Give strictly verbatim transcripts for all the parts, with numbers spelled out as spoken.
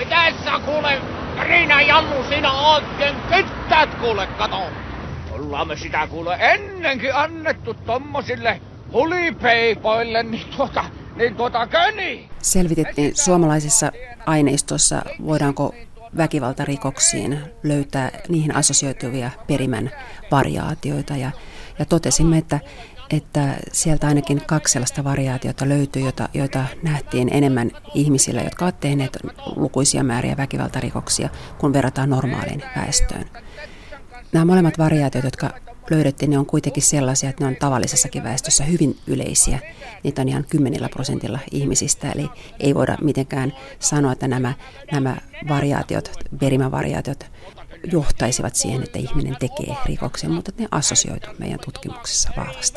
Mitäs sä kuule, Riina Jannu, siinä oikein kyttäät kuule, kato. Ollaan me sitä kuule ennenkin annettu tommosille hulipeipoille, niin tuota, niin tuota köni. Selvitettiin suomalaisessa aineistossa, voidaanko väkivaltarikoksiin löytää niihin assosioituvia perimän variaatioita ja, ja totesimme, että että sieltä ainakin kaksi sellaista variaatiota löytyy, joita, joita nähtiin enemmän ihmisillä, jotka ovat tehneet lukuisia määriä väkivaltarikoksia, kun verrataan normaaliin väestöön. Nämä molemmat variaatiot, jotka löydettiin, ne on kuitenkin sellaisia, että ne on tavallisessakin väestössä hyvin yleisiä. Niitä on ihan kymmenillä prosentilla ihmisistä, eli ei voida mitenkään sanoa, että nämä, nämä variaatiot, perimävariaatiot, johtaisivat siihen, että ihminen tekee rikoksen, mutta ne assosioitu meidän tutkimuksessa vahvasti.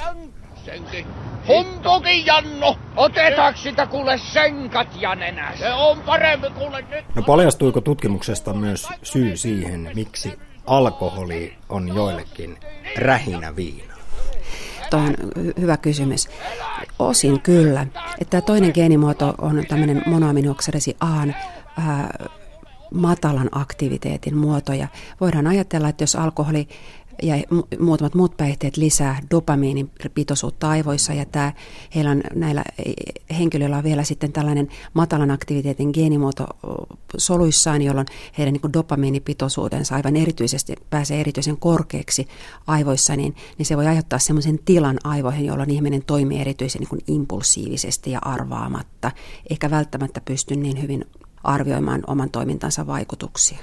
Humpukin Jannu, otetaanko sitä kuule senkat ja nenä? Se on parempi kuule nyt. No paljastuiko tutkimuksesta myös syy siihen, miksi alkoholi on joillekin rähinä viina? Tuo on hyvä kysymys. Osin kyllä. Että tämä toinen geenimuoto on tämmöinen monoaminooksidasi A:n ää, matalan aktiviteetin muoto. Ja voidaan ajatella, että jos alkoholi ja muutamat muut päihteet lisää dopamiinin pitoisuutta aivoissa ja tämä, heillä on, näillä henkilöillä on vielä sitten tällainen matalan aktiviteetin geenimuoto soluissaan, jolloin heidän niin kuin dopamiinipitoisuutensa aivan erityisesti pääsee erityisen korkeaksi aivoissa, niin, niin se voi aiheuttaa semmoisen tilan aivoihin, jolloin ihminen toimii erityisen niin kuin impulsiivisesti ja arvaamatta, eikä välttämättä pysty niin hyvin arvioimaan oman toimintansa vaikutuksia.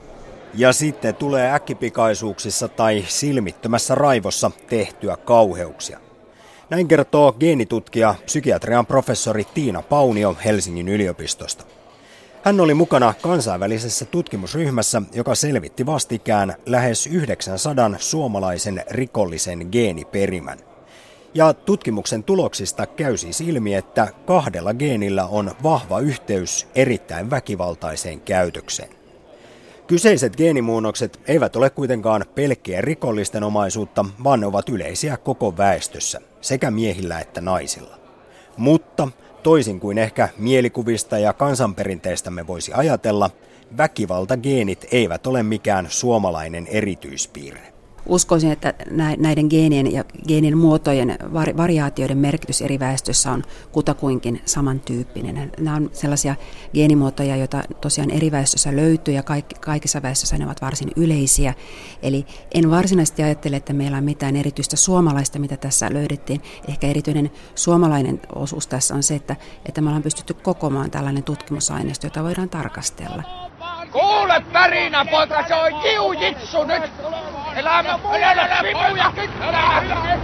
Ja sitten tulee äkkipikaisuuksissa tai silmittömässä raivossa tehtyä kauheuksia. Näin kertoo geenitutkija, psykiatrian professori Tiina Paunio Helsingin yliopistosta. Hän oli mukana kansainvälisessä tutkimusryhmässä, joka selvitti vastikään lähes yhdeksänsadan suomalaisen rikollisen geeniperimän. Ja tutkimuksen tuloksista käy siis ilmi, että kahdella geenillä on vahva yhteys erittäin väkivaltaiseen käytökseen. Kyseiset geenimuunnokset eivät ole kuitenkaan pelkkiä rikollisten omaisuutta, vaan ne ovat yleisiä koko väestössä, sekä miehillä että naisilla. Mutta toisin kuin ehkä mielikuvista ja kansanperinteistämme voisi ajatella, väkivaltageenit eivät ole mikään suomalainen erityispiirre. Uskoisin, että näiden geenien ja geenien muotojen variaatioiden merkitys eri väestössä on kutakuinkin samantyyppinen. Nämä on sellaisia geenimuotoja, joita tosiaan eri väestössä löytyy ja kaikissa väestöissä ne ovat varsin yleisiä. Eli en varsinaisesti ajattele, että meillä on mitään erityistä suomalaista, mitä tässä löydettiin. Ehkä erityinen suomalainen osuus tässä on se, että, että me ollaan pystytty kokoamaan tällainen tutkimusaineisto, jota voidaan tarkastella. Kuule Pärinä, poika, se on jiujitsu nyt! Elämä muijana, vipuja kyttää!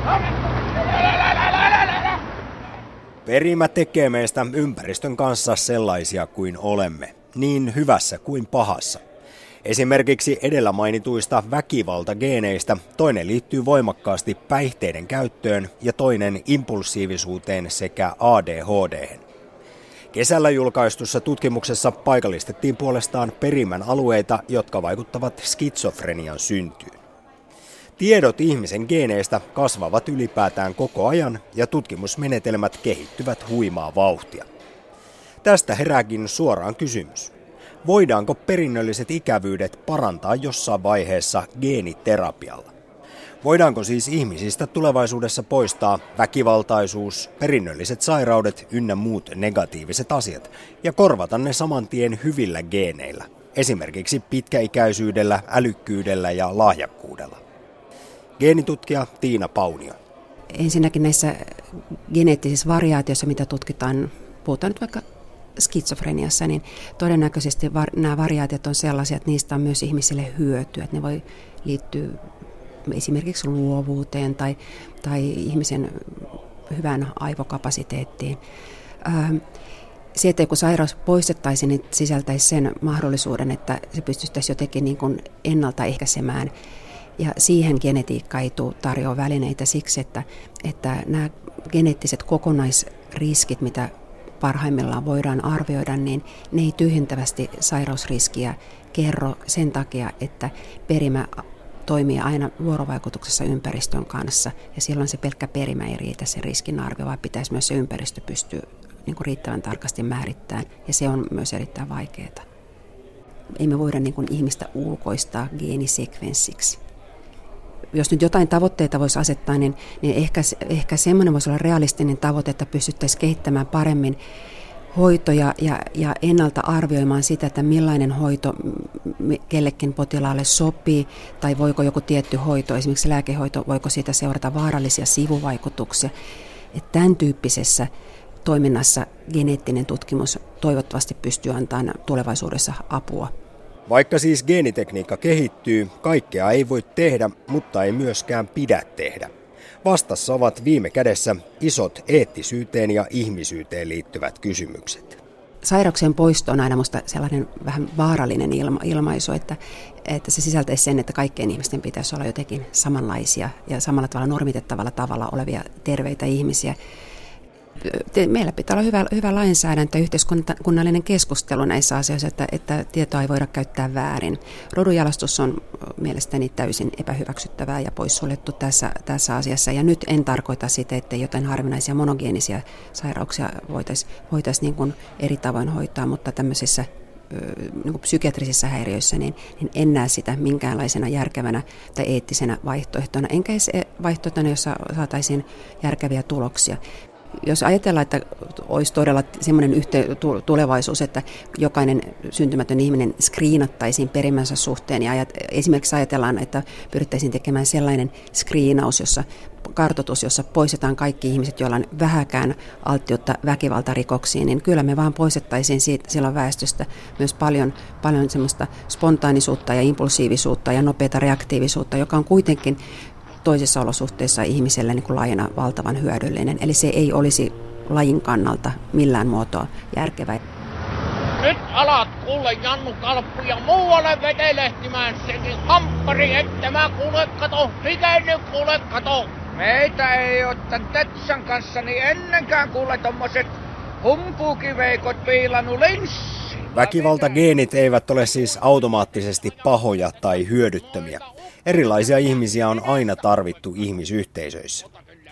Perimä tekee meistä ympäristön kanssa sellaisia kuin olemme, niin hyvässä kuin pahassa. Esimerkiksi edellä mainituista väkivaltageeneistä toinen liittyy voimakkaasti päihteiden käyttöön ja toinen impulsiivisuuteen sekä A D H D:hen. Kesällä julkaistussa tutkimuksessa paikallistettiin puolestaan perimän alueita, jotka vaikuttavat skitsofrenian syntyyn. Tiedot ihmisen geeneistä kasvavat ylipäätään koko ajan ja tutkimusmenetelmät kehittyvät huimaa vauhtia. Tästä herääkin suoraan kysymys. Voidaanko perinnölliset ikävyydet parantaa jossain vaiheessa geeniterapialla? Voidaanko siis ihmisistä tulevaisuudessa poistaa väkivaltaisuus, perinnölliset sairaudet ynnä muut negatiiviset asiat ja korvata ne saman tien hyvillä geeneillä, esimerkiksi pitkäikäisyydellä, älykkyydellä ja lahjakkuudella? Geenitutkija Tiina Paunio. Ensinnäkin näissä geneettisissä variaatioissa, mitä tutkitaan, puhutaan nyt vaikka skitsofreniassa, niin todennäköisesti var- nämä variaatiot on sellaisia, että niistä on myös ihmisille hyötyä, että ne voi liittyä esimerkiksi luovuuteen tai, tai ihmisen hyvään aivokapasiteettiin. Se, että kun sairaus poistettaisiin, niin sisältäisi sen mahdollisuuden, että se pystyttäisiin jotenkin niin kuin ennaltaehkäisemään. Ja siihen genetiikka ei tule tarjoa välineitä siksi, että, että nämä geneettiset kokonaisriskit, mitä parhaimmillaan voidaan arvioida, niin ne ei tyhjentävästi sairausriskiä kerro sen takia, että perimä toimii aina vuorovaikutuksessa ympäristön kanssa, ja silloin se pelkkä perimä ei riitä se riskinarvio, vaan pitäisi myös se ympäristö pystyä niin kuin riittävän tarkasti määrittämään, ja se on myös erittäin vaikeaa. ei me voida niin kuin ihmistä ulkoistaa geenisekvenssiksi. Jos nyt jotain tavoitteita voisi asettaa, niin, niin ehkä, ehkä semmoinen voisi olla realistinen tavoite, että pystyttäisiin kehittämään paremmin hoitoja ja, ja ennalta arvioimaan sitä, että millainen hoito kellekin potilaalle sopii, tai voiko joku tietty hoito, esimerkiksi lääkehoito, voiko siitä seurata vaarallisia sivuvaikutuksia. Että tämän tyyppisessä toiminnassa geneettinen tutkimus toivottavasti pystyy antamaan tulevaisuudessa apua. Vaikka siis geenitekniikka kehittyy, kaikkea ei voi tehdä, mutta ei myöskään pidä tehdä. Vastassa ovat viime kädessä isot eettisyyteen ja ihmisyyteen liittyvät kysymykset. Sairauksien poisto on aina minusta sellainen vähän vaarallinen ilma, ilmaisu, että, että se sisältäisi sen, että kaikkien ihmisten pitäisi olla jotenkin samanlaisia ja samalla tavalla normitettavalla tavalla olevia terveitä ihmisiä. Meillä pitää olla hyvä, hyvä lainsäädäntö, yhteiskunnallinen keskustelu näissä asioissa, että, että tietoa ei voida käyttää väärin. Rodunjalostus on mielestäni täysin epähyväksyttävää ja poissuljettu tässä, tässä asiassa. Ja nyt en tarkoita sitä, että jotain harvinaisia monogeenisia sairauksia voitaisiin voitais niin kuin eri tavoin hoitaa, mutta tämmöisissä niin kuin psykiatrisissä häiriöissä niin, niin en näe sitä minkäänlaisena järkevänä tai eettisenä vaihtoehtona, enkä edes vaihtoehtona, jossa saataisiin järkeviä tuloksia. Jos ajatellaan, että olisi todella semmoinen yhte- tulevaisuus, että jokainen syntymätön ihminen skriinattaisiin perimänsä suhteen ja ajat, esimerkiksi ajatellaan, että pyrittäisiin tekemään sellainen skriinaus, jossa kartoitus, jossa poistetaan kaikki ihmiset, joilla on vähäkään alttiutta väkivaltarikoksiin, niin kyllä me vaan poistettaisiin siitä silloin väestöstä myös paljon, paljon semmoista spontaanisuutta ja impulsiivisuutta ja nopeata reaktiivisuutta, joka on kuitenkin toisissa olosuhteissa ihmiselle niin kuin lajina valtavan hyödyllinen. Eli se ei olisi lajin kannalta millään muotoa järkevää. Nyt alat kuule Jannu Kalppu ja muualle vetelehtimään sekin hamppari, että mä kuule kato, mikä nyt kuule kato. Meitä ei oo tän Tetsan kanssa niin ennenkään kuule tommoset humpukiveikot piilannut linssiin. Väkivaltageenit eivät ole siis automaattisesti pahoja tai hyödyttömiä. Erilaisia ihmisiä on aina tarvittu ihmisyhteisöissä.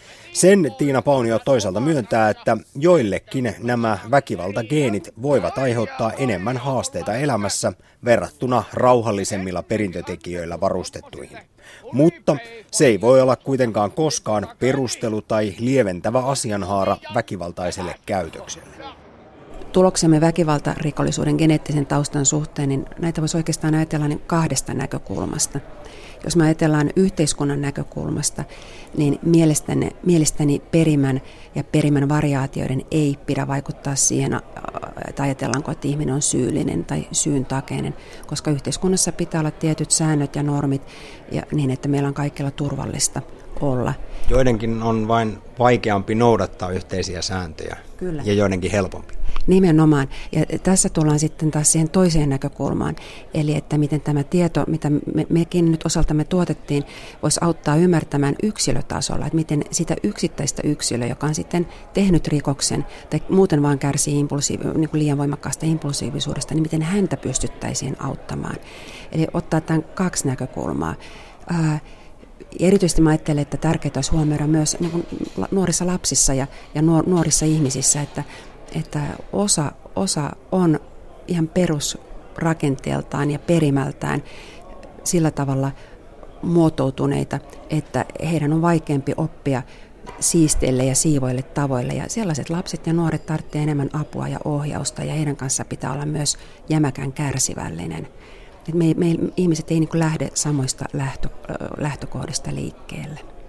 Sen Tiina Paunio toisaalta myöntää, että joillekin nämä väkivaltageenit voivat aiheuttaa enemmän haasteita elämässä verrattuna rauhallisemmilla perintötekijöillä varustettuihin. Mutta se ei voi olla kuitenkaan koskaan perustelu tai lieventävä asianhaara väkivaltaiselle käytökselle. Tuloksemme väkivaltarikollisuuden geneettisen taustan suhteen, niin näitä voisi oikeastaan ajatella niin kahdesta näkökulmasta. Jos me ajatellaan yhteiskunnan näkökulmasta, niin mielestäni, mielestäni perimän ja perimän variaatioiden ei pidä vaikuttaa siihen, että ajatellaanko, että ihminen on syyllinen tai syyntakeinen, koska yhteiskunnassa pitää olla tietyt säännöt ja normit ja niin, että meillä on kaikilla turvallista olla. Joidenkin on vain vaikeampi noudattaa yhteisiä sääntöjä. Kyllä. Ja joidenkin helpompi. Nimenomaan. Ja tässä tullaan sitten taas siihen toiseen näkökulmaan, eli että miten tämä tieto, mitä me, mekin nyt osaltamme tuotettiin, voisi auttaa ymmärtämään yksilötasolla, että miten sitä yksittäistä yksilöä, joka on sitten tehnyt rikoksen tai muuten vaan kärsii impulsiiv- niin kuin liian voimakkaasta impulsiivisuudesta, niin miten häntä pystyttäisiin auttamaan. Eli ottaa tämän kaksi näkökulmaa. Ää, Erityisesti mä ajattelen, että tärkeää olisi huomioida myös niin kuin nuorissa lapsissa ja, ja nuorissa ihmisissä, että että osa, osa on ihan perusrakenteeltaan ja perimältään sillä tavalla muotoutuneita, että heidän on vaikeampi oppia siisteille ja siivoille tavoille. Ja sellaiset lapset ja nuoret tarvitsevat enemmän apua ja ohjausta ja heidän kanssa pitää olla myös jämäkän kärsivällinen. Et me, me ihmiset ei niin kuin lähde samoista lähtö, lähtökohdista liikkeelle.